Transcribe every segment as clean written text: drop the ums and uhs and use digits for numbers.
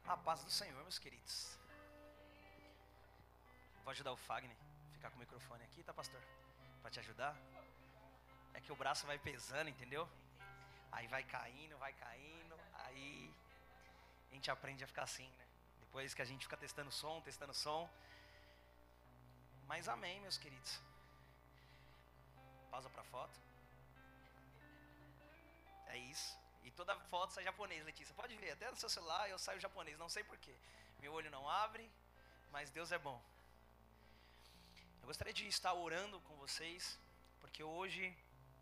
A paz do Senhor, meus queridos. Vou ajudar o Fagner a ficar com o microfone aqui, tá, pastor? Pra te ajudar. É que o braço vai pesando, entendeu? Aí vai caindo, aí a gente aprende a ficar assim, né? Depois que a gente fica testando som. Mas amém, meus queridos. Pausa pra foto. É isso. E toda foto sai japonês, Letícia. Pode ver, até no seu celular eu saio japonês, não sei porquê. Meu olho não abre, mas Deus é bom. Eu gostaria de estar orando com vocês, porque hoje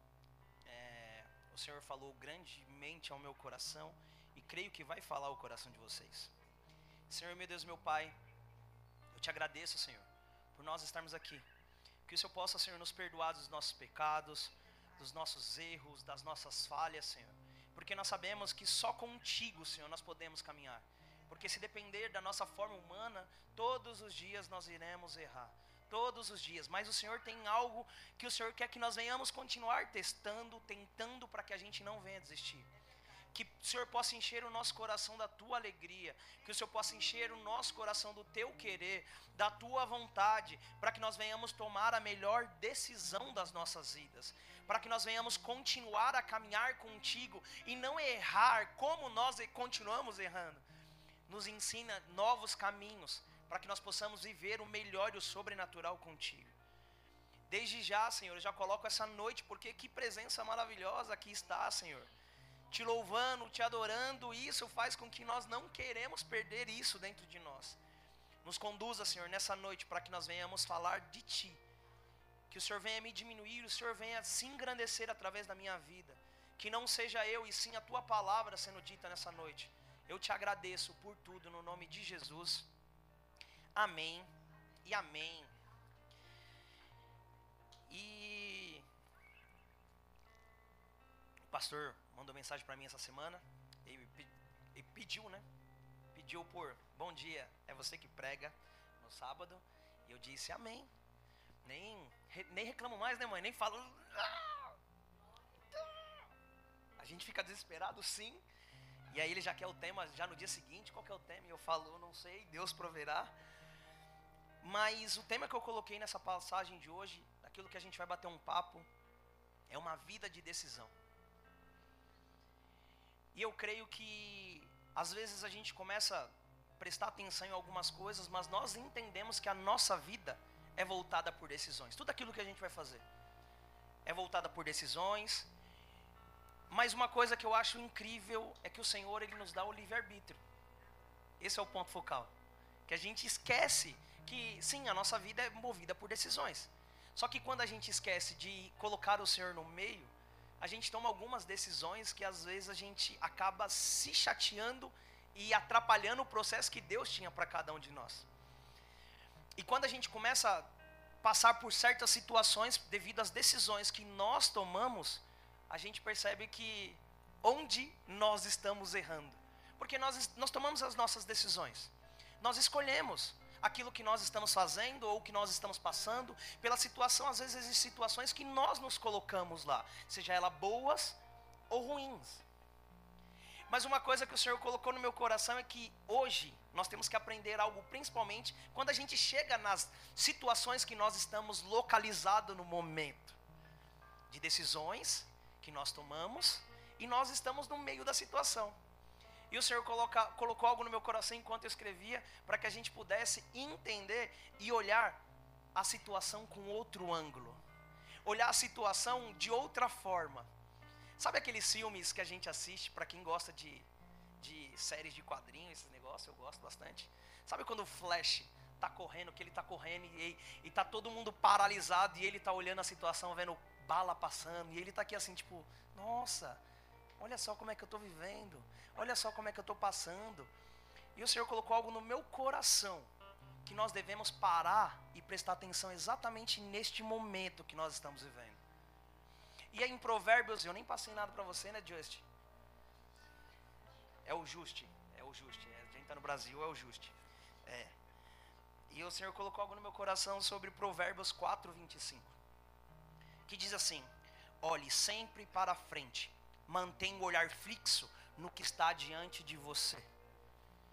o Senhor falou grandemente ao meu coração e creio que vai falar ao coração de vocês. Senhor, meu Deus, meu Pai, eu te agradeço, Senhor, por nós estarmos aqui. Que o Senhor possa, Senhor, nos perdoar dos nossos pecados, dos nossos erros, das nossas falhas, Senhor. Porque nós sabemos que só contigo, Senhor, nós podemos caminhar. Porque se depender da nossa forma humana, todos os dias nós iremos errar. Todos os dias, mas o Senhor tem algo que o Senhor quer que nós venhamos continuar testando, tentando, para que a gente não venha desistir. Que o Senhor possa encher o nosso coração da tua alegria, que o Senhor possa encher o nosso coração do teu querer, da tua vontade, para que nós venhamos tomar a melhor decisão das nossas vidas, para que nós venhamos continuar a caminhar contigo e não errar como nós continuamos errando. Nos ensina novos caminhos, para que nós possamos viver o melhor e o sobrenatural contigo. Desde já, Senhor, eu já coloco essa noite, porque que presença maravilhosa aqui está, Senhor. Te louvando, te adorando, isso faz com que nós não queremos perder isso dentro de nós. Nos conduza, Senhor, nessa noite, para que nós venhamos falar de Ti. Que o Senhor venha me diminuir, o Senhor venha se engrandecer através da minha vida. Que não seja eu, e sim a Tua palavra sendo dita nessa noite. Eu te agradeço por tudo, no nome de Jesus. Amém e amém. E o pastor mandou mensagem para mim essa semana. Ele pediu, né? Pediu por bom dia, é você que prega no sábado. E eu disse amém. Nem reclamo mais, né, mãe? Nem falo. A gente fica desesperado, sim. E aí ele já quer o tema já no dia seguinte. Qual que é o tema? E eu falo, eu não sei, Deus proverá. Mas o tema que eu coloquei nessa passagem de hoje, aquilo que a gente vai bater um papo, é uma vida de decisão. E eu creio que às vezes a gente começa a prestar atenção em algumas coisas, mas nós entendemos que a nossa vida é voltada por decisões. Tudo aquilo que a gente vai fazer é voltada por decisões. Mas uma coisa que eu acho incrível é que o Senhor, Ele nos dá o livre-arbítrio. Esse é o ponto focal. Que a gente esquece que, sim, a nossa vida é movida por decisões. Só que quando a gente esquece de colocar o Senhor no meio, a gente toma algumas decisões que às vezes a gente acaba se chateando e atrapalhando o processo que Deus tinha para cada um de nós. E quando a gente começa a passar por certas situações devido às decisões que nós tomamos, a gente percebe que onde nós estamos errando. Porque nós tomamos as nossas decisões. Nós escolhemos aquilo que nós estamos fazendo ou que nós estamos passando pela situação. Às vezes existem situações que nós nos colocamos lá, seja elas boas ou ruins. Mas uma coisa que o Senhor colocou no meu coração é que hoje nós temos que aprender algo, principalmente quando a gente chega nas situações que nós estamos localizados no momento de decisões que nós tomamos e nós estamos no meio da situação. E o Senhor colocou algo no meu coração enquanto eu escrevia, para que a gente pudesse entender e olhar a situação com outro ângulo. Olhar a situação de outra forma. Sabe aqueles filmes que a gente assiste, para quem gosta de séries de quadrinhos, esses negócios, eu gosto bastante. Sabe quando o Flash está correndo, que ele está correndo e está todo mundo paralisado e ele está olhando a situação, vendo bala passando, e ele está aqui assim, tipo, nossa, olha só como é que eu estou vivendo, olha só como é que eu estou passando. E o Senhor colocou algo no meu coração, que nós devemos parar e prestar atenção exatamente neste momento que nós estamos vivendo. E aí em Provérbios, eu nem passei nada para você, né, Just? É o Just, a gente está no Brasil, é o Just. E o Senhor colocou algo no meu coração sobre Provérbios 4:25. Que diz assim: olhe sempre para a frente, mantenha o olhar fixo no que está diante de você. O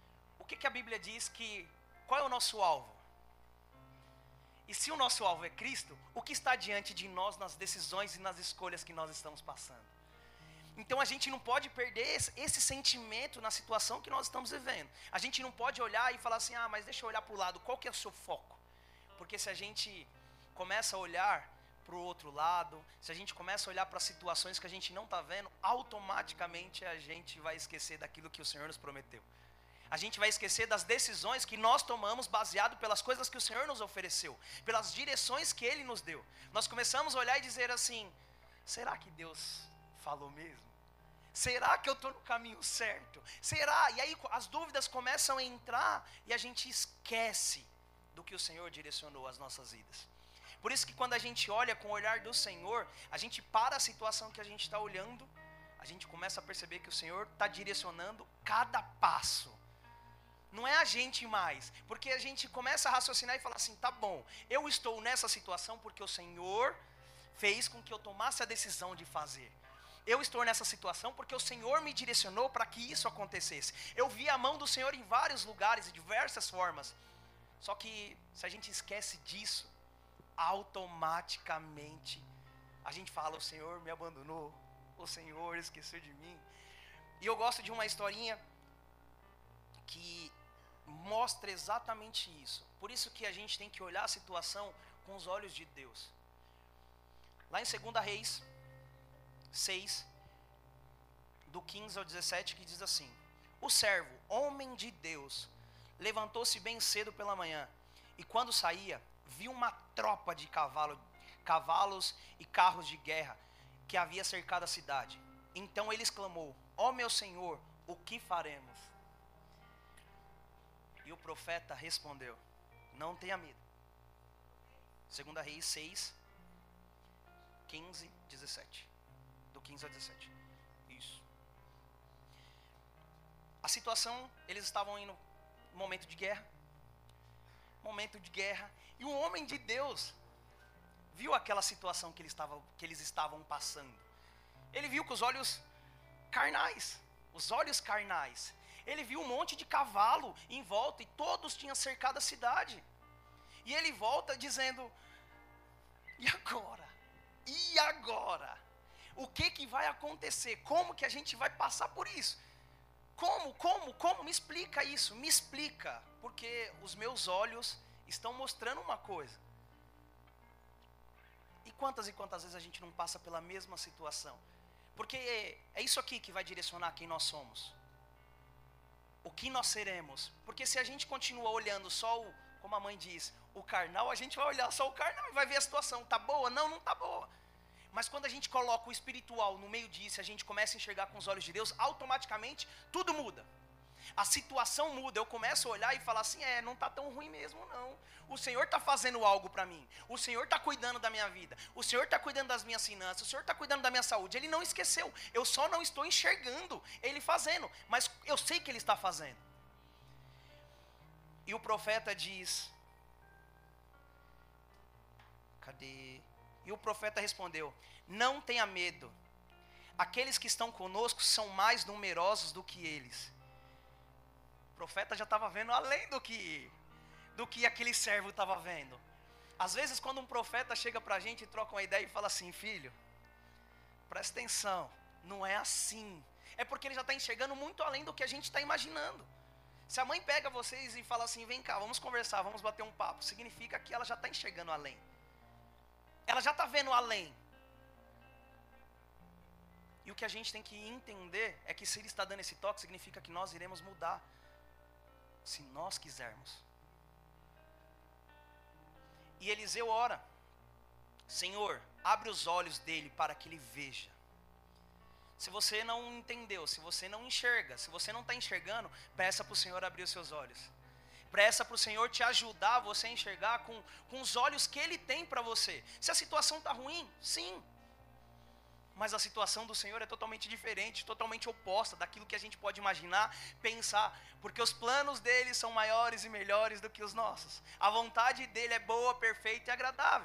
que a Bíblia diz que... Qual é o nosso alvo? E se o nosso alvo é Cristo, o que está diante de nós nas decisões e nas escolhas que nós estamos passando? Então a gente não pode perder esse sentimento na situação que nós estamos vivendo. A gente não pode olhar e falar assim, mas deixa eu olhar para o lado, qual que é o seu foco? Porque se a gente começa a olhar para o outro lado, se a gente começa a olhar para situações que a gente não está vendo, automaticamente a gente vai esquecer daquilo que o Senhor nos prometeu. A gente vai esquecer das decisões que nós tomamos baseado pelas coisas que o Senhor nos ofereceu, pelas direções que Ele nos deu. Nós começamos a olhar e dizer assim, será que Deus falou mesmo? Será que eu estou no caminho certo? Será? E aí as dúvidas começam a entrar e a gente esquece do que o Senhor direcionou às nossas vidas. Por isso que quando a gente olha com o olhar do Senhor, a gente para a situação que a gente está olhando, a gente começa a perceber que o Senhor está direcionando cada passo. Não é a gente mais, porque a gente começa a raciocinar e falar assim, tá bom, eu estou nessa situação porque o Senhor fez com que eu tomasse a decisão de fazer. Eu estou nessa situação porque o Senhor me direcionou para que isso acontecesse. Eu vi a mão do Senhor em vários lugares, de diversas formas. Só que se a gente esquece disso, automaticamente a gente fala, o Senhor me abandonou, o Senhor esqueceu de mim. E eu gosto de uma historinha que mostra exatamente isso. Por isso que a gente tem que olhar a situação com os olhos de Deus. Lá em 2 Reis 6, do 15 ao 17, que diz assim: o servo, homem de Deus, levantou-se bem cedo pela manhã, e quando saía, viu uma tropa de cavalos e carros de guerra que havia cercado a cidade. Então ele exclamou: ó meu Senhor, o que faremos? E o profeta respondeu: não tenha medo. 2 Reis 6, 15, 17. Do 15 a 17. Isso. A situação, eles estavam indo num momento de guerra. E um homem de Deus viu aquela situação que eles estavam passando. Ele viu com os olhos carnais. Ele viu um monte de cavalo em volta e todos tinham cercado a cidade. E ele volta dizendo: e agora? E agora? O que vai acontecer? Como que a gente vai passar por isso? Como? Me explica isso, me explica. Porque os meus olhos estão mostrando uma coisa. E quantas vezes a gente não passa pela mesma situação? Porque é isso aqui que vai direcionar quem nós somos. O que nós seremos. Porque se a gente continua olhando só como a mãe diz, o carnal, a gente vai olhar só o carnal e vai ver a situação. Tá boa? Não tá boa. Mas quando a gente coloca o espiritual no meio disso, a gente começa a enxergar com os olhos de Deus, automaticamente tudo muda. A situação muda, eu começo a olhar e falar assim, não está tão ruim mesmo não. O Senhor está fazendo algo para mim. O Senhor está cuidando da minha vida. O Senhor está cuidando das minhas finanças. O Senhor está cuidando da minha saúde. Ele não esqueceu. Eu só não estou enxergando Ele fazendo. Mas eu sei que Ele está fazendo. E o profeta diz... Cadê? E o profeta respondeu: não tenha medo. Aqueles que estão conosco são mais numerosos do que eles. O profeta já estava vendo além do que aquele servo estava vendo. Às vezes quando um profeta chega para a gente e troca uma ideia e fala assim: filho, presta atenção, não é assim. É porque ele já está enxergando muito além do que a gente está imaginando. Se a mãe pega vocês e fala assim: vem cá, vamos conversar, vamos bater um papo, significa que ela já está enxergando além. Ela já está vendo além. E o que a gente tem que entender é que se Ele está dando esse toque, significa que nós iremos mudar. Se nós quisermos. E Eliseu ora: Senhor, abre os olhos dele para que ele veja. Se você não entendeu, se você não enxerga, se você não está enxergando, peça para o Senhor abrir os seus olhos. Peça para o Senhor te ajudar a você a enxergar com os olhos que Ele tem para você. Se a situação está ruim, sim. Mas a situação do Senhor é totalmente diferente, totalmente oposta daquilo que a gente pode imaginar, pensar. Porque os planos dEle são maiores e melhores do que os nossos. A vontade dEle é boa, perfeita e agradável.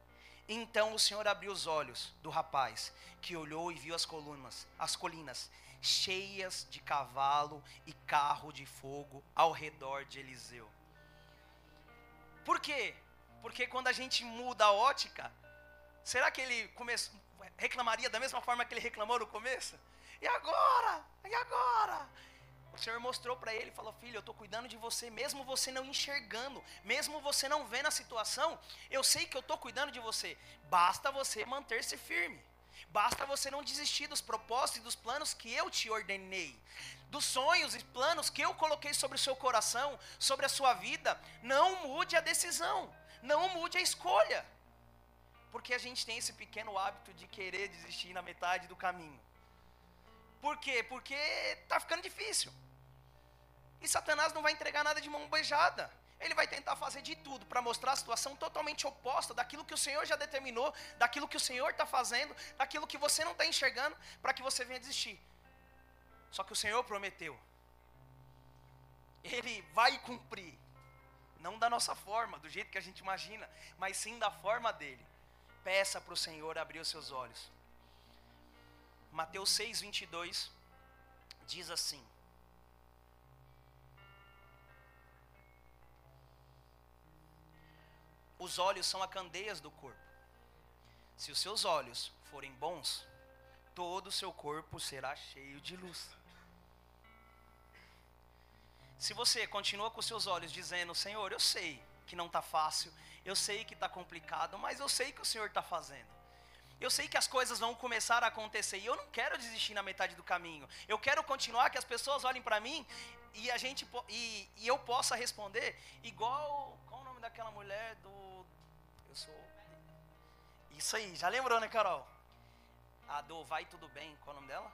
Então o Senhor abriu os olhos do rapaz, que olhou e viu as colinas, cheias de cavalo e carro de fogo ao redor de Eliseu. Por quê? Porque quando a gente muda a ótica, será que ele reclamaria da mesma forma que ele reclamou no começo? E agora? E agora? O Senhor mostrou para ele, falou: filho, eu estou cuidando de você, mesmo você não enxergando, mesmo você não vendo a situação, eu sei que eu estou cuidando de você, basta você manter-se firme, basta você não desistir dos propósitos e dos planos que eu te ordenei, dos sonhos e planos que eu coloquei sobre o seu coração, sobre a sua vida. Não mude a decisão, não mude a escolha, porque a gente tem esse pequeno hábito de querer desistir na metade do caminho. Por quê? Porque está ficando difícil. E Satanás não vai entregar nada de mão beijada. Ele vai tentar fazer de tudo para mostrar a situação totalmente oposta daquilo que o Senhor já determinou, daquilo que o Senhor está fazendo, daquilo que você não está enxergando, para que você venha desistir. Só que o Senhor prometeu. Ele vai cumprir. Não da nossa forma, do jeito que a gente imagina, mas sim da forma dele. Peça para o Senhor abrir os seus olhos. Mateus 6:22 diz assim: os olhos são as candeias do corpo. Se os seus olhos forem bons, todo o seu corpo será cheio de luz. Se você continua com os seus olhos dizendo: Senhor, eu sei que não está fácil, eu sei que está complicado, mas eu sei que o Senhor está fazendo. Eu sei que as coisas vão começar a acontecer e eu não quero desistir na metade do caminho. Eu quero continuar, que as pessoas olhem para mim e eu possa responder igual... Qual o nome daquela mulher do... Eu sou... Isso aí, já lembrou, né, Carol? A do Vai Tudo Bem, qual o nome dela?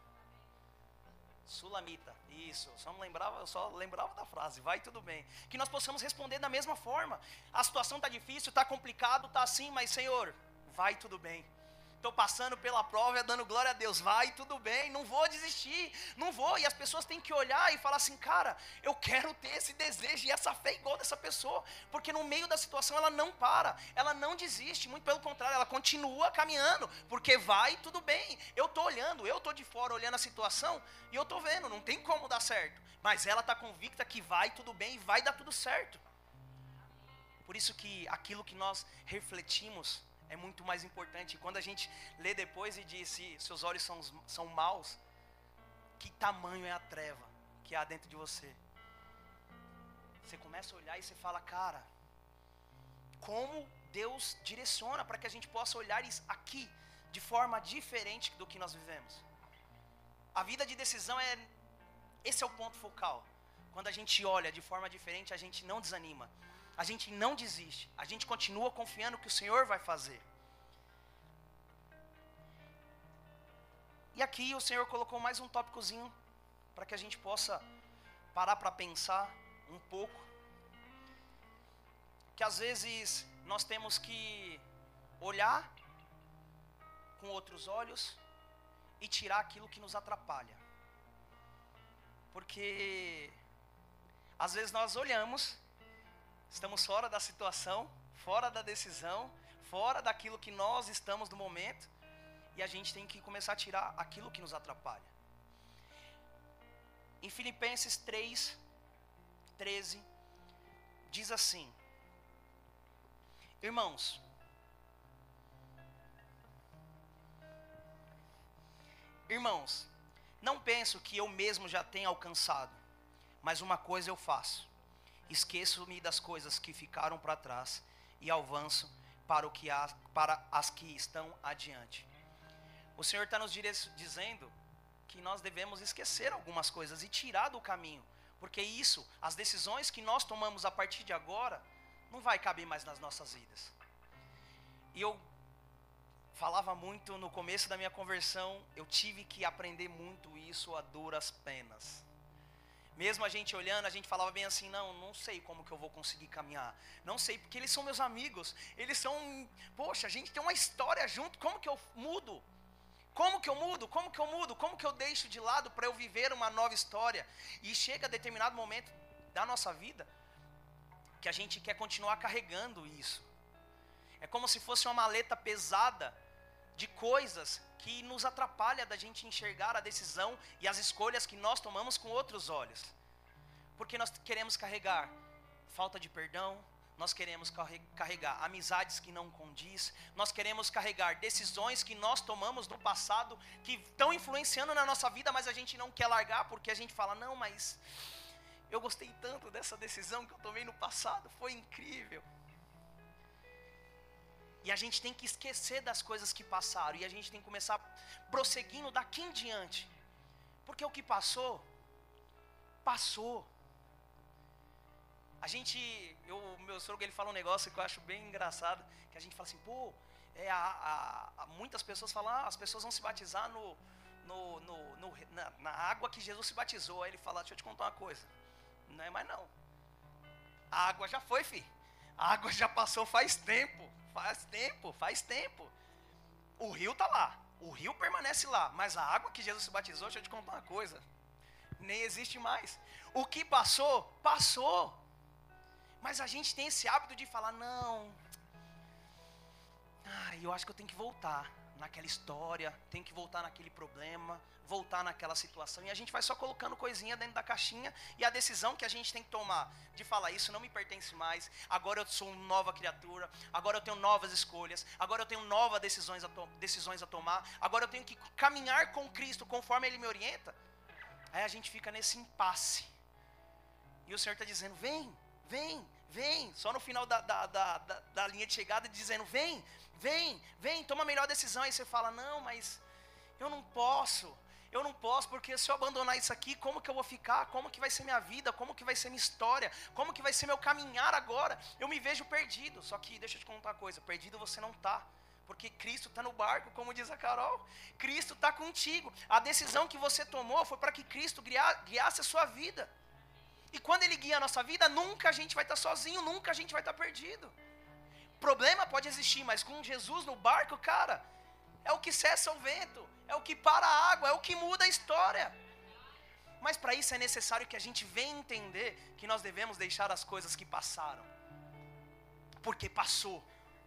Sulamita, isso, eu só lembrava da frase, vai tudo bem. Que nós possamos responder da mesma forma. A situação está difícil, está complicado, está assim, mas Senhor, vai tudo bem. Estou passando pela prova e dando glória a Deus, vai tudo bem, não vou desistir, não vou. E as pessoas têm que olhar e falar assim: cara, eu quero ter esse desejo e essa fé igual dessa pessoa, porque no meio da situação ela não para, ela não desiste, muito pelo contrário, ela continua caminhando, porque vai tudo bem. Eu estou olhando, eu estou de fora olhando a situação e eu estou vendo, não tem como dar certo, mas ela está convicta que vai tudo bem e vai dar tudo certo. Por isso que aquilo que nós refletimos é muito mais importante. Quando a gente lê depois e diz: se seus olhos são maus, que tamanho é a treva que há dentro de você? Você começa a olhar e você fala: cara, como Deus direciona para que a gente possa olhar isso aqui de forma diferente do que nós vivemos. A vida de decisão esse é o ponto focal. Quando a gente olha de forma diferente, a gente não desanima, a gente não desiste, a gente continua confiando que o Senhor vai fazer. E aqui o Senhor colocou mais um tópicozinho para que a gente possa parar para pensar um pouco. Que às vezes nós temos que olhar com outros olhos e tirar aquilo que nos atrapalha. Porque às vezes nós olhamos, estamos fora da situação, fora da decisão, fora daquilo que nós estamos no momento, e a gente tem que começar a tirar aquilo que nos atrapalha. Em Filipenses 3:13 diz assim: irmãos, não penso que eu mesmo já tenha alcançado, mas uma coisa eu faço: esqueço-me das coisas que ficaram para trás e avanço para as que estão adiante. O Senhor está nos dizendo que nós devemos esquecer algumas coisas e tirar do caminho, porque isso, as decisões que nós tomamos a partir de agora, não vai caber mais nas nossas vidas. E eu falava muito no começo da minha conversão, eu tive que aprender muito isso a duras penas. Mesmo a gente olhando, a gente falava bem assim: não sei como que eu vou conseguir caminhar, não sei, porque eles são meus amigos, eles são, poxa, a gente tem uma história junto, como que eu mudo? Como que eu mudo? Como que eu deixo de lado para eu viver uma nova história? E chega a determinado momento da nossa vida que a gente quer continuar carregando isso. É como se fosse uma maleta pesada, de coisas que nos atrapalha da gente enxergar a decisão e as escolhas que nós tomamos com outros olhos. Porque nós queremos carregar falta de perdão, nós queremos carregar amizades que não condiz, nós queremos carregar decisões que nós tomamos no passado, que estão influenciando na nossa vida, mas a gente não quer largar, porque a gente fala, não, mas eu gostei tanto dessa decisão que eu tomei no passado, foi incrível. E a gente tem que esquecer das coisas que passaram, e a gente tem que começar prosseguindo daqui em diante, porque o que passou, passou. Meu sogro, ele fala um negócio que eu acho bem engraçado, que a gente fala assim, pô, muitas pessoas falam, as pessoas vão se batizar na água que Jesus se batizou. Aí ele fala, deixa eu te contar uma coisa, não é mais não, a água já foi, filho, a água já passou faz tempo, o rio tá lá, o rio permanece lá, mas a água que Jesus se batizou, deixa eu te contar uma coisa, nem existe mais. O que passou, passou. Mas a gente tem esse hábito de falar, não, eu acho que eu tenho que voltar naquela história, tenho que voltar naquele problema, voltar naquela situação, e a gente vai só colocando coisinha dentro da caixinha, e a decisão que a gente tem que tomar, de falar, isso não me pertence mais, agora eu sou uma nova criatura, agora eu tenho novas escolhas, agora eu tenho novas decisões a tomar, agora eu tenho que caminhar com Cristo, conforme Ele me orienta. Aí a gente fica nesse impasse, e o Senhor está dizendo, vem, só no final da linha de chegada, dizendo, vem, toma a melhor decisão. Aí você fala, não, mas eu não posso, porque se eu abandonar isso aqui, como que eu vou ficar? Como que vai ser minha vida? Como que vai ser minha história? Como que vai ser meu caminhar agora? Eu me vejo perdido. Só que deixa eu te contar uma coisa, perdido você não está, porque Cristo está no barco, como diz a Carol, Cristo está contigo. A decisão que você tomou foi para que Cristo guiasse a sua vida. E quando Ele guia a nossa vida, nunca a gente vai estar sozinho, nunca a gente vai estar perdido. Problema pode existir, mas com Jesus no barco, cara, é o que cessa o vento, é o que para a água, é o que muda a história. Mas para isso é necessário que a gente venha entender que nós devemos deixar as coisas que passaram, porque passou.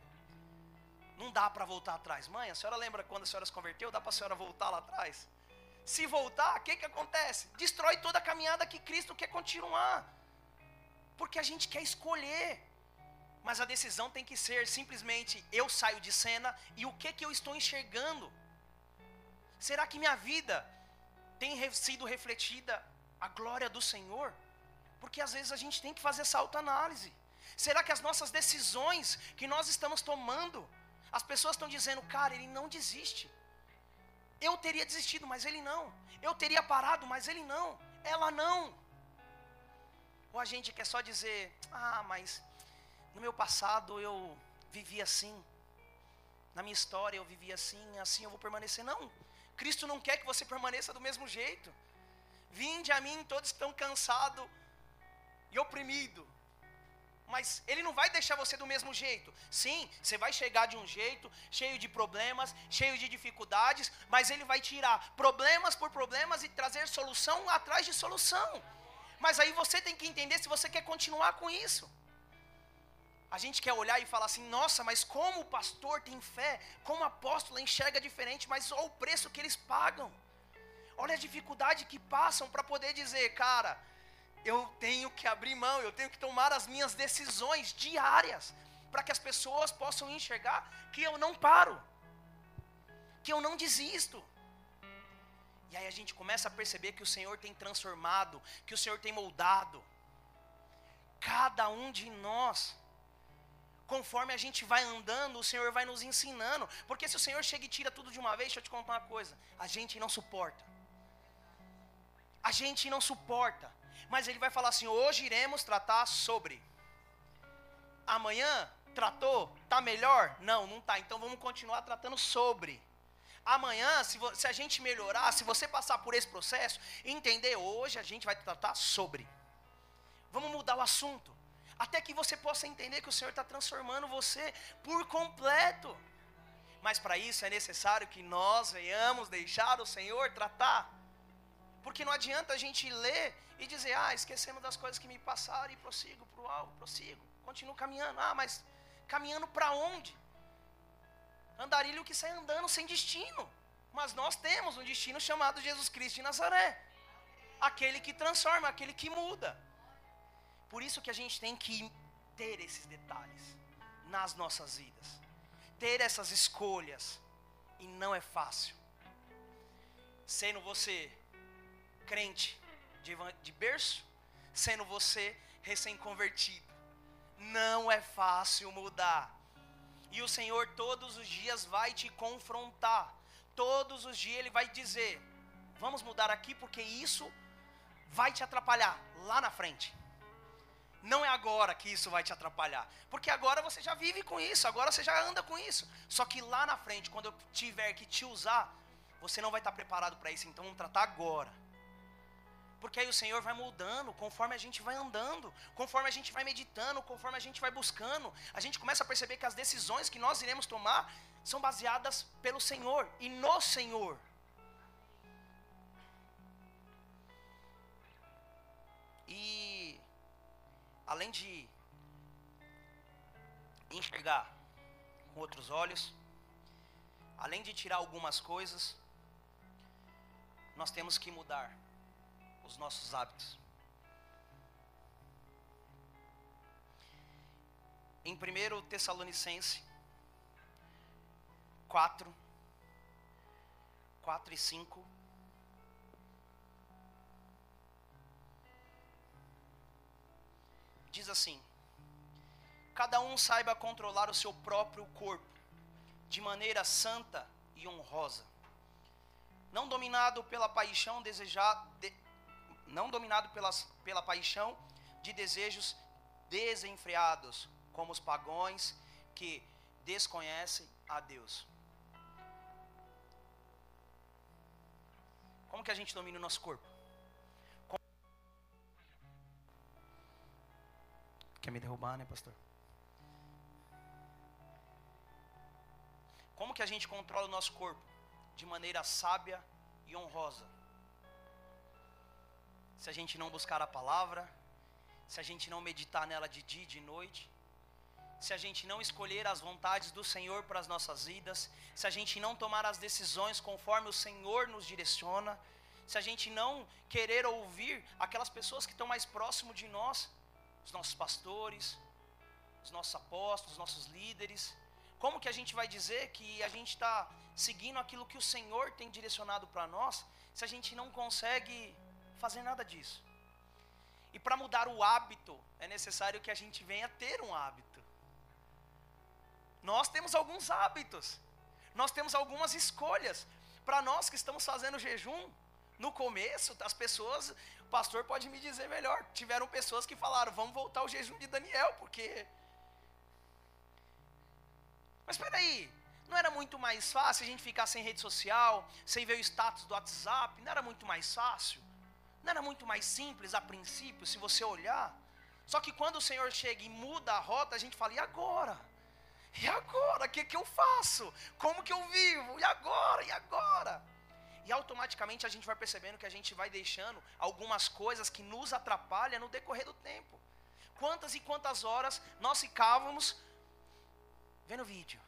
Não dá para voltar atrás. Mãe, a senhora lembra quando a senhora se converteu? Dá para a senhora voltar lá atrás? Se voltar, o que acontece? Destrói toda a caminhada que Cristo quer continuar. Porque a gente quer escolher. Mas a decisão tem que ser simplesmente, eu saio de cena e o que eu estou enxergando? Será que minha vida tem sido refletida a glória do Senhor? Porque às vezes a gente tem que fazer essa autoanálise. Será que as nossas decisões que nós estamos tomando, as pessoas estão dizendo, cara, ele não desiste. Eu teria desistido, mas ele não. Eu teria parado, mas ele não. Ela não. Ou a gente quer só dizer, mas no meu passado eu vivi assim. Na minha história eu vivi assim eu vou permanecer. Não. Cristo não quer que você permaneça do mesmo jeito. Vinde a mim todos que estão cansados e oprimidos. Mas Ele não vai deixar você do mesmo jeito. Sim, você vai chegar de um jeito, cheio de problemas, cheio de dificuldades, mas Ele vai tirar problemas por problemas e trazer solução atrás de solução. Mas aí você tem que entender se você quer continuar com isso. A gente quer olhar e falar assim, nossa, mas como o pastor tem fé, como o apóstolo enxerga diferente, mas olha o preço que eles pagam. Olha a dificuldade que passam para poder dizer, cara, eu tenho que abrir mão, eu tenho que tomar as minhas decisões diárias, para que as pessoas possam enxergar que eu não paro, que eu não desisto. E aí a gente começa a perceber que o Senhor tem transformado, que o Senhor tem moldado cada um de nós. Conforme a gente vai andando, o Senhor vai nos ensinando. Porque se o Senhor chega e tira tudo de uma vez, deixa eu te contar uma coisa, a gente não suporta. A gente não suporta. Mas Ele vai falar assim, hoje iremos tratar sobre. Amanhã, tratou? Está melhor? Não está. Então vamos continuar tratando sobre. Amanhã, se a gente melhorar, se você passar por esse processo, entender, hoje a gente vai tratar sobre. Vamos mudar o assunto. Até que você possa entender que o Senhor está transformando você por completo. Mas para isso é necessário que nós venhamos deixar o Senhor tratar. Porque não adianta a gente ler e dizer, esquecemos das coisas que me passaram e prossigo para o alvo, continuo caminhando. Mas caminhando para onde? Andarilho que sai andando sem destino. Mas nós temos um destino chamado Jesus Cristo de Nazaré. Aquele que transforma, aquele que muda. Por isso que a gente tem que ter esses detalhes nas nossas vidas. Ter essas escolhas. E não é fácil. Sendo você crente de berço, sendo você recém-convertido. Não é fácil mudar. E o Senhor todos os dias vai te confrontar. Todos os dias Ele vai dizer: vamos mudar aqui porque isso vai te atrapalhar lá na frente. Não é agora que isso vai te atrapalhar, porque agora você já vive com isso, agora você já anda com isso. Só que lá na frente, quando eu tiver que te usar, você não vai estar preparado para isso. Então vamos tratar agora. Porque aí o Senhor vai mudando conforme a gente vai andando, conforme a gente vai meditando, conforme a gente vai buscando. A gente começa a perceber que as decisões que nós iremos tomar são baseadas pelo Senhor e no Senhor. E além de enxergar com outros olhos, além de tirar algumas coisas, nós temos que mudar os nossos hábitos. Em 1 Tessalonicenses 4 e 5, diz assim: cada um saiba controlar o seu próprio corpo de maneira santa e honrosa, não dominado pela paixão pela paixão de desejos desenfreados, como os pagãos que desconhecem a Deus. Como que a gente domina o nosso corpo? Quer me derrubar, né, pastor? Como que a gente controla o nosso corpo? De maneira sábia e honrosa. Se a gente não buscar a palavra, se a gente não meditar nela de dia e de noite, se a gente não escolher as vontades do Senhor para as nossas vidas, se a gente não tomar as decisões conforme o Senhor nos direciona, se a gente não querer ouvir aquelas pessoas que estão mais próximo de nós, os nossos pastores, os nossos apóstolos, os nossos líderes, como que a gente vai dizer que a gente está seguindo aquilo que o Senhor tem direcionado para nós, se a gente não consegue fazer nada disso? E para mudar o hábito, é necessário que a gente venha ter um hábito. Nós temos alguns hábitos, nós temos algumas escolhas. Para nós que estamos fazendo jejum, no começo, as pessoas, o pastor pode me dizer melhor, tiveram pessoas que falaram: vamos voltar ao jejum de Daniel, porque... Mas espera aí, não era muito mais fácil a gente ficar sem rede social, sem ver o status do WhatsApp? Não era muito mais fácil? Não era muito mais simples a princípio, se você olhar? Só que quando o Senhor chega e muda a rota, a gente fala: e agora? E agora? O que eu faço? Como que eu vivo? E agora? E agora? E automaticamente a gente vai percebendo que a gente vai deixando algumas coisas que nos atrapalham no decorrer do tempo. Quantas e quantas horas nós ficávamos vendo vídeo?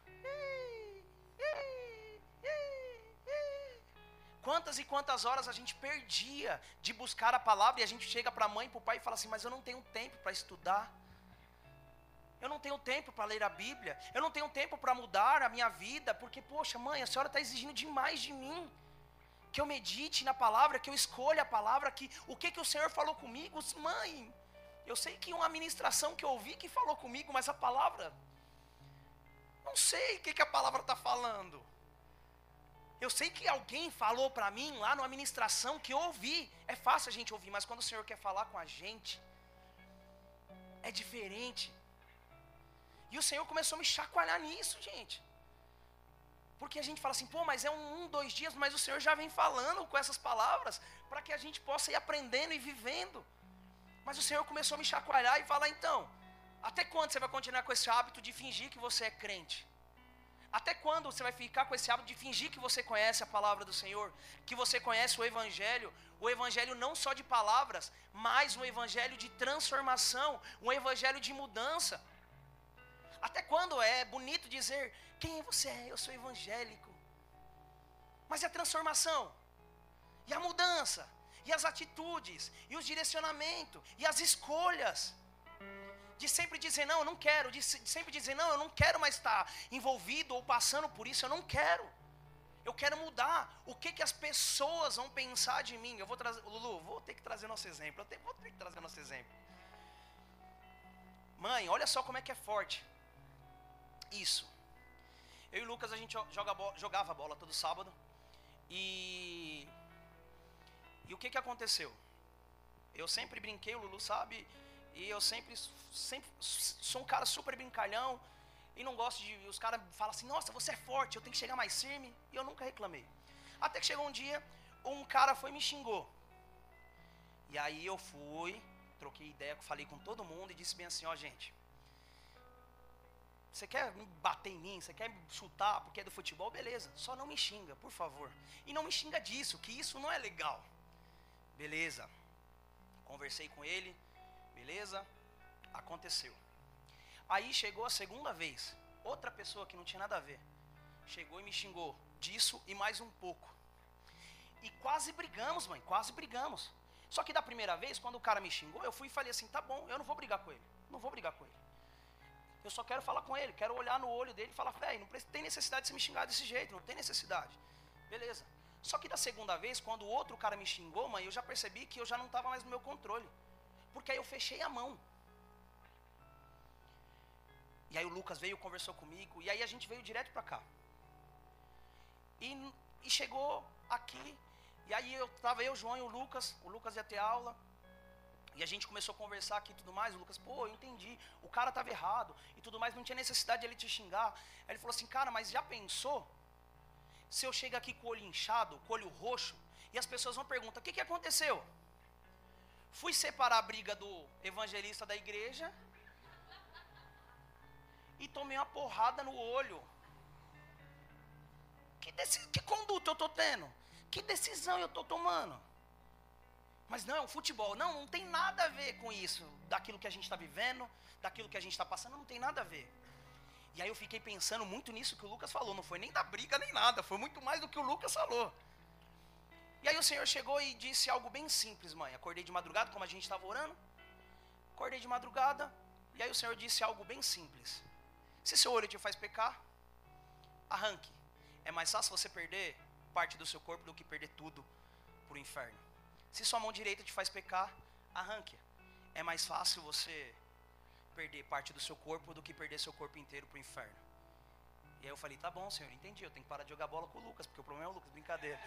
Quantas e quantas horas a gente perdia de buscar a palavra, e a gente chega para a mãe e para o pai e fala assim: mas eu não tenho tempo para estudar, eu não tenho tempo para ler a Bíblia, eu não tenho tempo para mudar a minha vida, porque, poxa mãe, a senhora está exigindo demais de mim, que eu medite na palavra, que eu escolha a palavra, que o que o Senhor falou comigo. Mãe, eu sei que uma ministração que eu ouvi que falou comigo, mas a palavra, não sei o que a palavra está falando. Eu sei que alguém falou para mim lá numa ministração que eu ouvi. É fácil a gente ouvir, mas quando o Senhor quer falar com a gente, é diferente. E o Senhor começou a me chacoalhar nisso, gente. Porque a gente fala assim: pô, mas é 2 dias, mas o Senhor já vem falando com essas palavras para que a gente possa ir aprendendo e vivendo. Mas o Senhor começou a me chacoalhar e falar: então, até quando você vai continuar com esse hábito de fingir que você é crente? Até quando você vai ficar com esse hábito de fingir que você conhece a palavra do Senhor, que você conhece o Evangelho não só de palavras, mas um Evangelho de transformação, um Evangelho de mudança? Até quando é bonito dizer, quem você é? Eu sou evangélico. Mas e a transformação? E a mudança? E as atitudes? E os direcionamentos? E as escolhas? De sempre dizer, não, eu não quero. De sempre dizer, não, eu não quero mais estar envolvido ou passando por isso. Eu não quero. Eu quero mudar. O que as pessoas vão pensar de mim? Eu vou trazer, Lulu, vou ter que trazer nosso exemplo. Vou ter que trazer nosso exemplo. Mãe, olha só como é que é forte. Isso. Eu e o Lucas, a gente jogava bola todo sábado. E o que aconteceu? Eu sempre brinquei, o Lulu sabe. E eu sempre sou um cara super brincalhão. E não gosto de... Os caras falam assim, nossa, você é forte, eu tenho que chegar mais firme. E eu nunca reclamei. Até que chegou um dia, um cara foi e me xingou. E aí eu fui, troquei ideia, falei com todo mundo e disse bem assim, ó gente, você quer bater em mim, você quer me chutar porque é do futebol, beleza, só não me xinga, por favor. E não me xinga disso, que isso não é legal. Beleza, conversei com ele, beleza, aconteceu. Aí chegou a segunda vez, outra pessoa que não tinha nada a ver, chegou e me xingou disso e mais um pouco. E quase brigamos, mãe, quase brigamos. Só que da primeira vez, quando o cara me xingou, eu fui e falei assim, tá bom, eu não vou brigar com ele, não vou brigar com ele. Eu só quero falar com ele, quero olhar no olho dele e falar, velho, não tem necessidade de você me xingar desse jeito, não tem necessidade. Beleza. Só que da segunda vez, quando o outro cara me xingou, mãe, eu já percebi que eu já não estava mais no meu controle. Porque aí eu fechei a mão. E aí o Lucas veio, conversou comigo, e aí a gente veio direto pra cá. E chegou aqui, e aí eu, João e o Lucas ia ter aula. E a gente começou a conversar aqui e tudo mais. O Lucas, pô, eu entendi, o cara estava errado e tudo mais, não tinha necessidade de ele te xingar. Aí ele falou assim, cara, mas já pensou? Se eu chego aqui com o olho inchado, com o olho roxo, e as pessoas vão perguntar, o que aconteceu? Fui separar a briga do evangelista da igreja e tomei uma porrada no olho. Que conduta eu estou tendo? Que decisão eu estou tomando? Mas não, futebol, não tem nada a ver com isso, daquilo que a gente está vivendo, daquilo que a gente está passando, não tem nada a ver. E aí eu fiquei pensando muito nisso que o Lucas falou, não foi nem da briga nem nada, foi muito mais do que o Lucas falou. E aí o Senhor chegou e disse algo bem simples, mãe, acordei de madrugada, como a gente estava orando, acordei de madrugada, e aí o Senhor disse algo bem simples, se seu olho te faz pecar, arranque, é mais fácil você perder parte do seu corpo do que perder tudo para o inferno. Se sua mão direita te faz pecar, arranque. É mais fácil você perder parte do seu corpo do que perder seu corpo inteiro para o inferno. E aí eu falei, tá bom, Senhor, entendi, eu tenho que parar de jogar bola com o Lucas, porque o problema é o Lucas, brincadeira.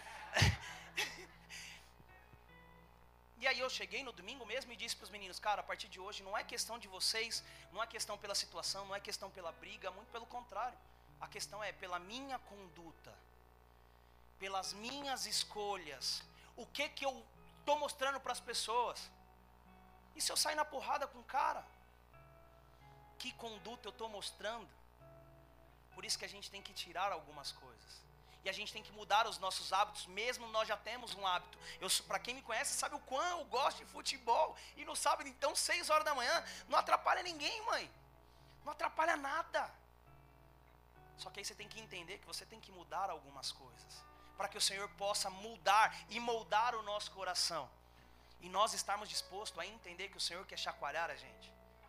E aí eu cheguei no domingo mesmo e disse para os meninos, cara, a partir de hoje não é questão de vocês, não é questão pela situação, não é questão pela briga, muito pelo contrário. A questão é pela minha conduta, pelas minhas escolhas, o que eu estou mostrando para as pessoas. E se eu sair na porrada com o cara? Que conduta eu estou mostrando? Por isso que a gente tem que tirar algumas coisas. E a gente tem que mudar os nossos hábitos, mesmo nós já temos um hábito. Para quem me conhece, sabe o quão eu gosto de futebol. E no sábado, então, 6 horas da manhã, não atrapalha ninguém, mãe. Não atrapalha nada. Só que aí você tem que entender que você tem que mudar algumas coisas, para que o Senhor possa mudar e moldar o nosso coração. E nós estarmos dispostos a entender que o Senhor quer chacoalhar a gente.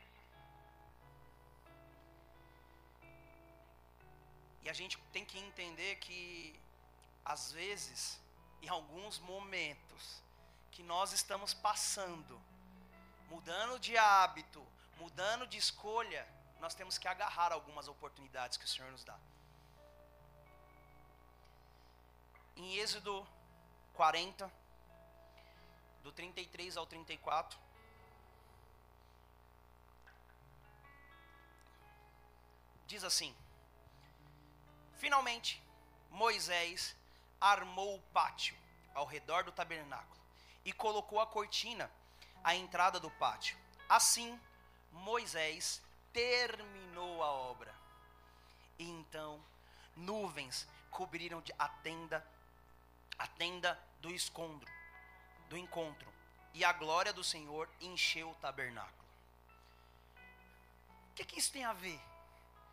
E a gente tem que entender que, às vezes, em alguns momentos, que nós estamos passando, mudando de hábito, mudando de escolha, nós temos que agarrar algumas oportunidades que o Senhor nos dá. Em Êxodo 40, do 33 ao 34, diz assim: finalmente, Moisés armou o pátio ao redor do tabernáculo e colocou a cortina à entrada do pátio. Assim, Moisés terminou a obra. E então, nuvens cobriram a tenda do encontro, e a glória do Senhor encheu o tabernáculo. O que isso tem a ver?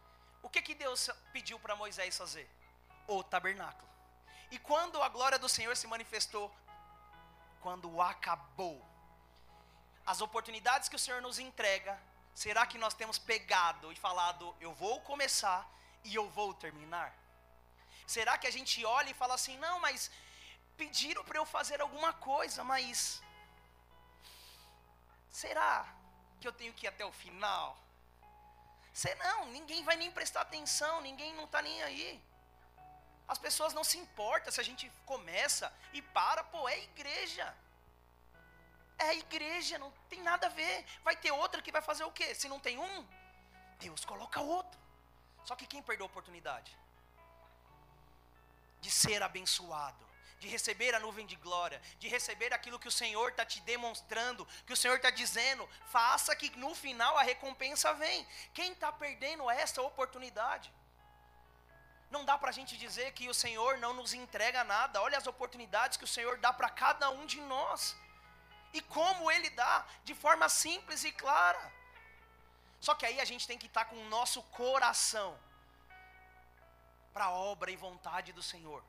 O que Deus pediu para Moisés fazer? O tabernáculo. E quando a glória do Senhor se manifestou? Quando acabou. As oportunidades que o Senhor nos entrega, será que nós temos pegado e falado, eu vou começar e eu vou terminar? Será que a gente olha e fala assim, não, mas pediram para eu fazer alguma coisa, mas será que eu tenho que ir até o final? Não, ninguém vai nem prestar atenção, ninguém não está nem aí. As pessoas não se importam se a gente começa e para, é igreja. É igreja, não tem nada a ver. Vai ter outra que vai fazer o quê? Se não tem um, Deus coloca outro. Só que quem perdeu a oportunidade de ser abençoado, de receber a nuvem de glória, de receber aquilo que o Senhor está te demonstrando, que o Senhor está dizendo, faça que no final a recompensa vem. Quem está perdendo essa oportunidade? Não dá para a gente dizer que o Senhor não nos entrega nada. Olha as oportunidades que o Senhor dá para cada um de nós. E como Ele dá, de forma simples e clara. Só que aí a gente tem que estar com o nosso coração para a obra e vontade do Senhor.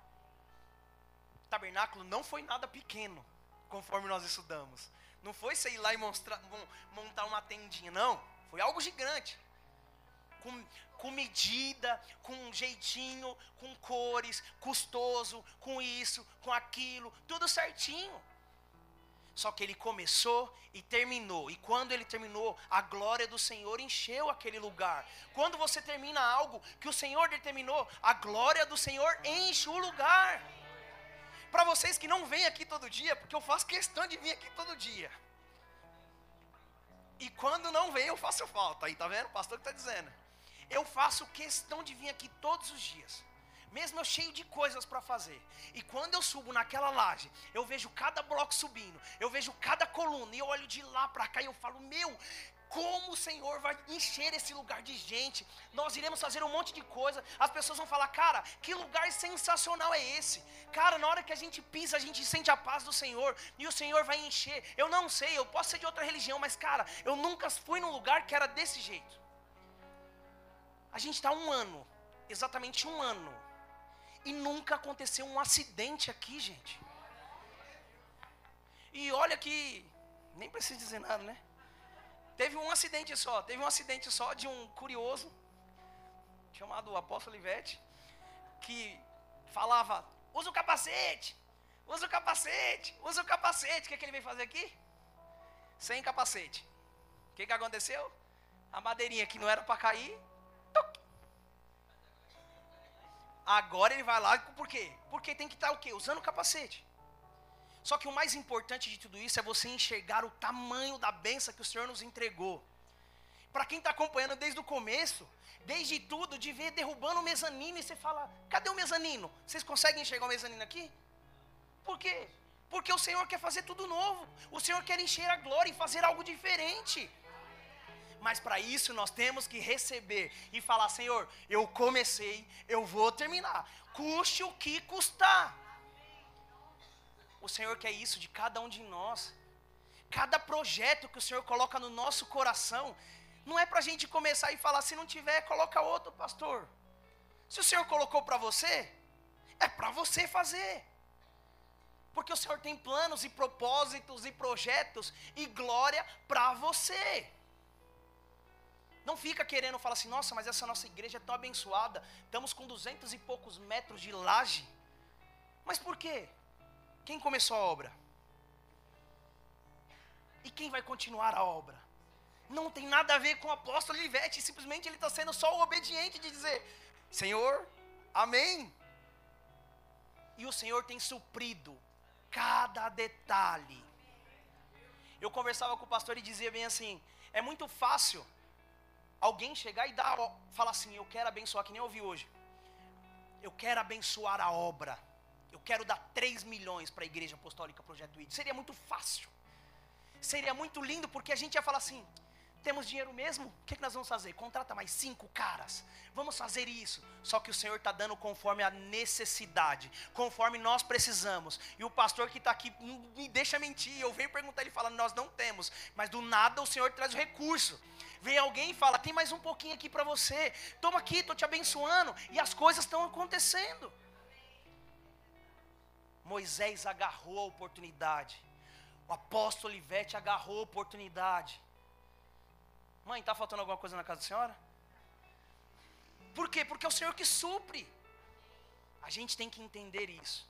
O tabernáculo não foi nada pequeno, conforme nós estudamos. Não foi você ir lá e montar uma tendinha, não. Foi algo gigante. Com medida, com um jeitinho, com cores, custoso, com isso, com aquilo, tudo certinho. Só que ele começou e terminou. E quando ele terminou, a glória do Senhor encheu aquele lugar. Quando você termina algo que o Senhor determinou, a glória do Senhor enche o lugar. Para vocês que não vêm aqui todo dia, porque eu faço questão de vir aqui todo dia. E quando não vem, eu faço falta. Aí, tá vendo? O pastor que está dizendo. Eu faço questão de vir aqui todos os dias. Mesmo eu cheio de coisas para fazer. E quando eu subo naquela laje, eu vejo cada bloco subindo, eu vejo cada coluna, e eu olho de lá para cá e eu falo, como o Senhor vai encher esse lugar de gente. Nós iremos fazer um monte de coisa. As pessoas vão falar, cara, que lugar sensacional é esse? Cara, na hora que a gente pisa, a gente sente a paz do Senhor, e o Senhor vai encher. Eu não sei, eu posso ser de outra religião, mas cara, eu nunca fui num lugar que era desse jeito. A gente está exatamente um ano, e nunca aconteceu um acidente aqui, gente. E olha que, nem preciso dizer nada, né? Teve um acidente só de um curioso, chamado Apóstolo Ivete, que falava, usa o capacete, usa o capacete, usa o capacete. O que ele veio fazer aqui? Sem capacete. O que aconteceu? A madeirinha que não era para cair, agora ele vai lá, por quê? Porque tem que estar o quê? Usando o capacete. Só que o mais importante de tudo isso é você enxergar o tamanho da bênção que o Senhor nos entregou. Para quem está acompanhando desde o começo, desde tudo, de ver derrubando o mezanino, e você fala, cadê o mezanino? Vocês conseguem enxergar o mezanino aqui? Por quê? Porque o Senhor quer fazer tudo novo. O Senhor quer encher a glória e fazer algo diferente. Mas para isso nós temos que receber e falar, Senhor, eu comecei, eu vou terminar, custe o que custar. O Senhor quer isso de cada um de nós. Cada projeto que o Senhor coloca no nosso coração, não é para a gente começar e falar, se não tiver, coloca outro, pastor. Se o Senhor colocou para você, é para você fazer. Porque o Senhor tem planos e propósitos e projetos e glória para você. Não fica querendo falar assim, nossa, mas essa nossa igreja é tão abençoada, estamos com 200 e poucos metros de laje. Mas por quê? Quem começou a obra? E quem vai continuar a obra? Não tem nada a ver com o apóstolo Ivete, simplesmente ele está sendo só o obediente de dizer, Senhor, amém. E o Senhor tem suprido cada detalhe. Eu conversava com o pastor e dizia bem assim, é muito fácil alguém chegar e falar assim, eu quero abençoar, que nem eu ouvi hoje. Eu quero abençoar a obra. Eu quero dar 3 milhões para a Igreja Apostólica Projeto ID. Seria muito fácil. Seria muito lindo, porque a gente ia falar assim, temos dinheiro mesmo? O que nós vamos fazer? Contrata mais 5 caras. Vamos fazer isso. Só que o Senhor está dando conforme a necessidade, conforme nós precisamos. E o pastor que está aqui não me deixa mentir. Eu venho perguntar, ele fala, nós não temos. Mas do nada o Senhor traz o recurso. Vem alguém e fala, tem mais um pouquinho aqui para você. Toma aqui, estou te abençoando. E as coisas estão acontecendo. Moisés agarrou a oportunidade. O apóstolo Olivete agarrou a oportunidade. Mãe, está faltando alguma coisa na casa da senhora? Por quê? Porque é o Senhor que supre. A gente tem que entender isso.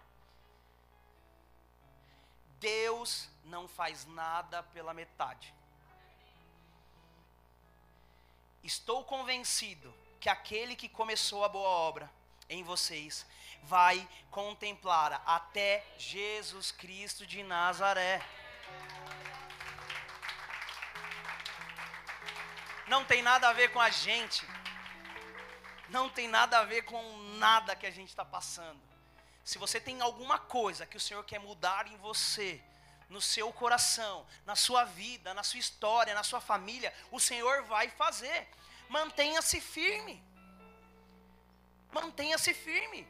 Deus não faz nada pela metade. Estou convencido que aquele que começou a boa obra em vocês vai contemplar até Jesus Cristo de Nazaré. Não tem nada a ver com a gente. Não tem nada a ver com nada que a gente está passando. Se você tem alguma coisa que o Senhor quer mudar em você, no seu coração, na sua vida, na sua história, na sua família, o Senhor vai fazer. Mantenha-se firme. Mantenha-se firme.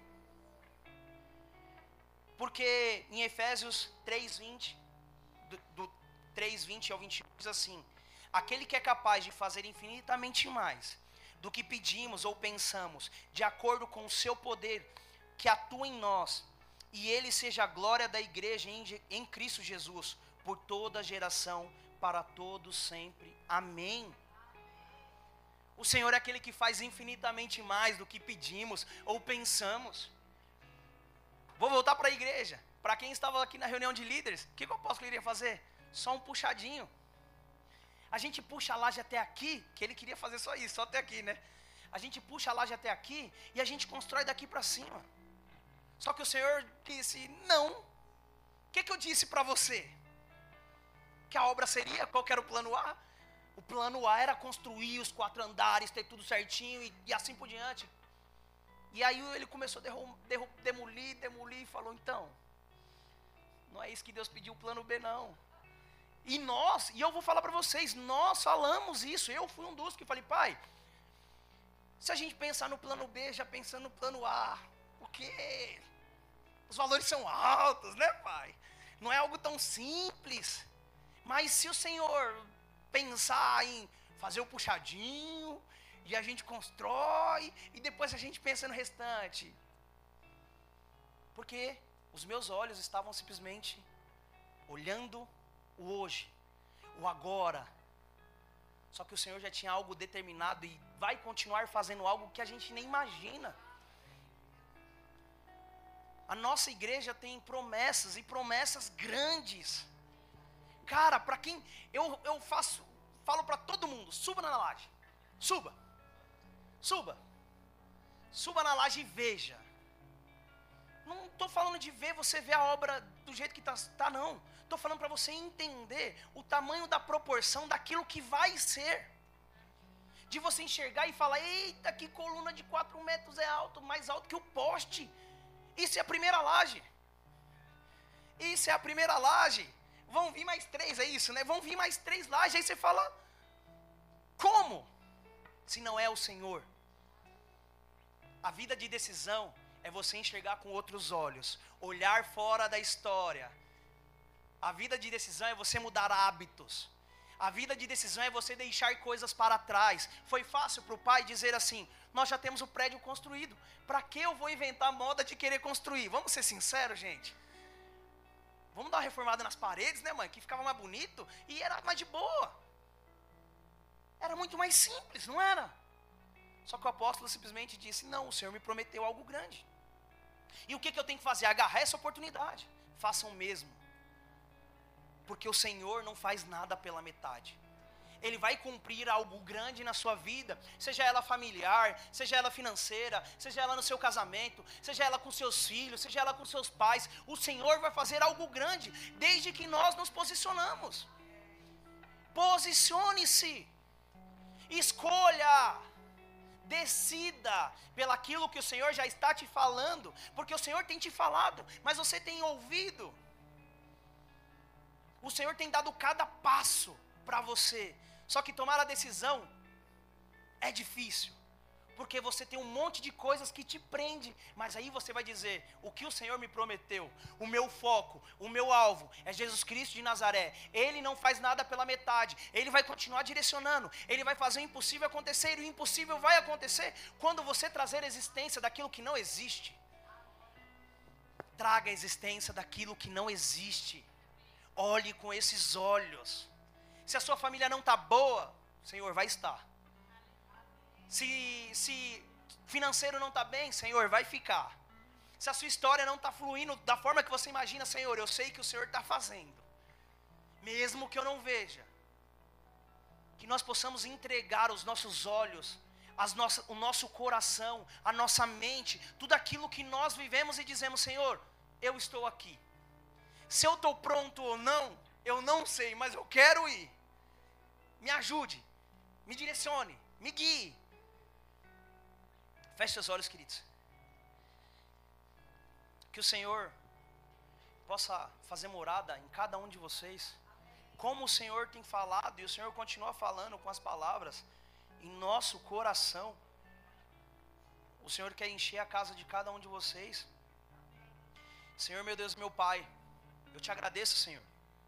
Porque em Efésios 3:20, do 3:20 ao 21, diz assim: aquele que é capaz de fazer infinitamente mais do que pedimos ou pensamos, de acordo com o seu poder, que atua em nós, e ele seja a glória da igreja em Cristo Jesus, por toda a geração, para todos sempre. Amém. O Senhor é aquele que faz infinitamente mais do que pedimos ou pensamos. Vou voltar para a igreja. Para quem estava aqui na reunião de líderes, o que o apóstolo iria fazer? Só um puxadinho. A gente puxa a laje até aqui, que ele queria fazer só isso, só até aqui, né? A gente puxa a laje até aqui e a gente constrói daqui para cima. Só que o Senhor disse, não. O que eu disse para você? Que a obra seria, qual que era o plano A? O plano A era construir os 4 andares, ter tudo certinho e assim por diante. E aí ele começou a demolir e falou, então, não é isso que Deus pediu, o plano B não. E eu vou falar para vocês, nós falamos isso, eu fui um dos que falei, pai, se a gente pensar no plano B, já pensando no plano A, porque os valores são altos, né, pai? Não é algo tão simples. Mas se o Senhor pensar em fazer o puxadinho, e a gente constrói, e depois a gente pensa no restante. Porque os meus olhos estavam simplesmente olhando o hoje, o agora. Só que o Senhor já tinha algo determinado e vai continuar fazendo algo que a gente nem imagina. A nossa igreja tem promessas e promessas grandes. Cara, para quem eu falo para todo mundo, suba na laje. Suba na laje e veja. Não estou falando de ver, você ver a obra do jeito que está não. Estou falando para você entender o tamanho da proporção daquilo que vai ser. De você enxergar e falar, eita, que coluna de 4 metros é alto, mais alto que o poste. Isso é a primeira laje. Isso é a primeira laje. Vão vir mais 3, é isso, né? Vão vir mais 3 lajes. Aí você fala, como? Se não é o Senhor. A vida de decisão é você enxergar com outros olhos, olhar fora da história. A vida de decisão é você mudar hábitos. A vida de decisão é você deixar coisas para trás. Foi fácil para o pai dizer assim, nós já temos o prédio construído, para que eu vou inventar moda de querer construir? Vamos ser sinceros, gente. Vamos dar uma reformada nas paredes, né, mãe? Que ficava mais bonito e era mais de boa. Era muito mais simples, não era? Só que o apóstolo simplesmente disse, não, o Senhor me prometeu algo grande. E o que eu tenho que fazer? Agarrar essa oportunidade. Façam o mesmo. Porque o Senhor não faz nada pela metade. Ele vai cumprir algo grande na sua vida, seja ela familiar, seja ela financeira, seja ela no seu casamento, seja ela com seus filhos, seja ela com seus pais. O Senhor vai fazer algo grande, desde que nós nos posicionamos. Posicione-se, escolha, decida pelaquilo que o Senhor já está te falando, porque o Senhor tem te falado, mas você tem ouvido. O Senhor tem dado cada passo para você. Só que tomar a decisão é difícil. Porque você tem um monte de coisas que te prende. Mas aí você vai dizer, o que o Senhor me prometeu, o meu foco, o meu alvo é Jesus Cristo de Nazaré. Ele não faz nada pela metade. Ele vai continuar direcionando. Ele vai fazer o impossível acontecer. E o impossível vai acontecer quando você trazer a existência daquilo que não existe. Traga a existência daquilo que não existe. Olhe com esses olhos. Se a sua família não está boa, Senhor, vai estar. Se financeiro não está bem, Senhor, vai ficar. Se a sua história não está fluindo da forma que você imagina, Senhor, eu sei que o Senhor está fazendo. Mesmo que eu não veja. Que nós possamos entregar os nossos olhos, o nosso coração, a nossa mente, tudo aquilo que nós vivemos e dizemos, Senhor, eu estou aqui. Se eu estou pronto ou não, eu não sei, mas eu quero ir. Me ajude, me direcione, me guie. Feche seus olhos, queridos. Que o Senhor possa fazer morada em cada um de vocês. Como o Senhor tem falado, e o Senhor continua falando com as palavras em nosso coração. O Senhor quer encher a casa de cada um de vocês. Senhor, meu Deus, meu Pai, eu te agradeço, Senhor.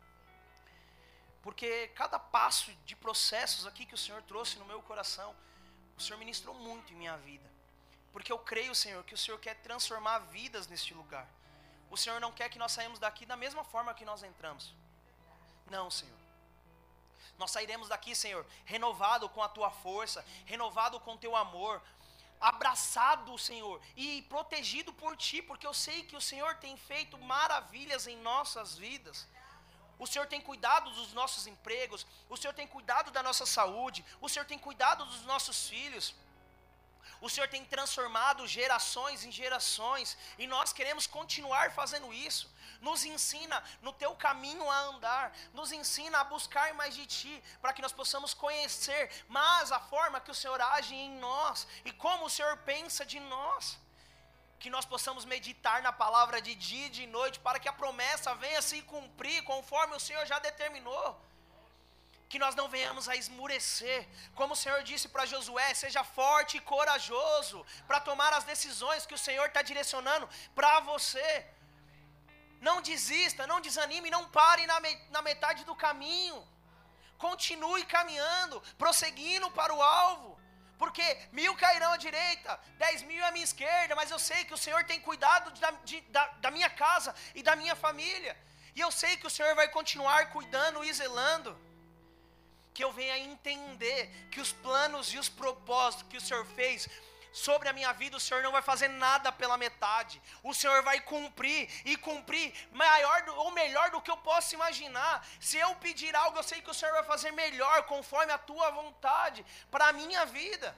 Porque cada passo de processos aqui que o Senhor trouxe no meu coração, o Senhor ministrou muito em minha vida. Porque eu creio, Senhor, que o Senhor quer transformar vidas neste lugar. O Senhor não quer que nós saímos daqui da mesma forma que nós entramos. Não, Senhor. Nós sairemos daqui, Senhor, renovado com a Tua força, renovado com o Teu amor, abraçado, Senhor, e protegido por Ti, porque eu sei que o Senhor tem feito maravilhas em nossas vidas. O Senhor tem cuidado dos nossos empregos, o Senhor tem cuidado da nossa saúde, o Senhor tem cuidado dos nossos filhos. O Senhor tem transformado gerações em gerações, e nós queremos continuar fazendo isso. Nos ensina no Teu caminho a andar, nos ensina a buscar mais de Ti, para que nós possamos conhecer mais a forma que o Senhor age em nós, e como o Senhor pensa de nós. Que nós possamos meditar na palavra de dia e de noite, para que a promessa venha se cumprir, conforme o Senhor já determinou. Que nós não venhamos a esmurecer, como o Senhor disse para Josué, seja forte e corajoso, para tomar as decisões que o Senhor está direcionando para você. Não desista, não desanime, não pare na metade do caminho. Continue caminhando, prosseguindo para o alvo. Porque 1000 cairão à direita, 10.000 à minha esquerda, mas eu sei que o Senhor tem cuidado da minha casa e da minha família. E eu sei que o Senhor vai continuar cuidando e zelando. Que eu venha entender que os planos e os propósitos que o Senhor fez sobre a minha vida, o Senhor não vai fazer nada pela metade. O Senhor vai cumprir, e cumprir maior ou melhor do que eu posso imaginar. Se eu pedir algo, eu sei que o Senhor vai fazer melhor, conforme a Tua vontade, para a minha vida.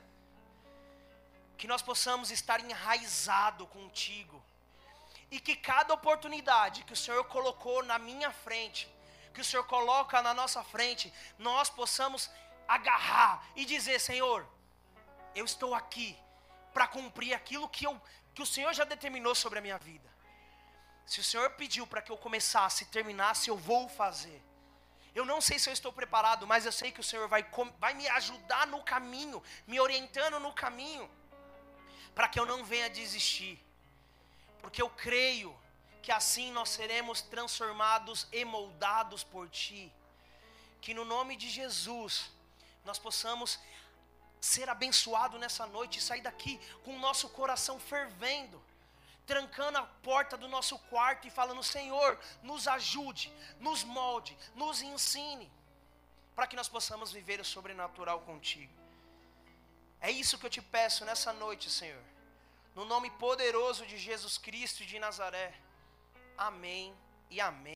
Que nós possamos estar enraizados contigo. E que cada oportunidade que o Senhor colocou na minha frente, que o Senhor coloca na nossa frente, nós possamos agarrar e dizer, Senhor, eu estou aqui para cumprir aquilo que o Senhor já determinou sobre a minha vida. Se o Senhor pediu para que eu começasse e terminasse, eu vou fazer. Eu não sei se eu estou preparado, mas eu sei que o Senhor vai me ajudar no caminho, me orientando no caminho, para que eu não venha desistir. Porque eu creio que assim nós seremos transformados e moldados por Ti. Que no nome de Jesus nós possamos ser abençoados nessa noite e sair daqui com o nosso coração fervendo, trancando a porta do nosso quarto e falando, Senhor, nos ajude, nos molde, nos ensine, para que nós possamos viver o sobrenatural contigo. É isso que eu te peço nessa noite, Senhor, no nome poderoso de Jesus Cristo de Nazaré. Amém e amém.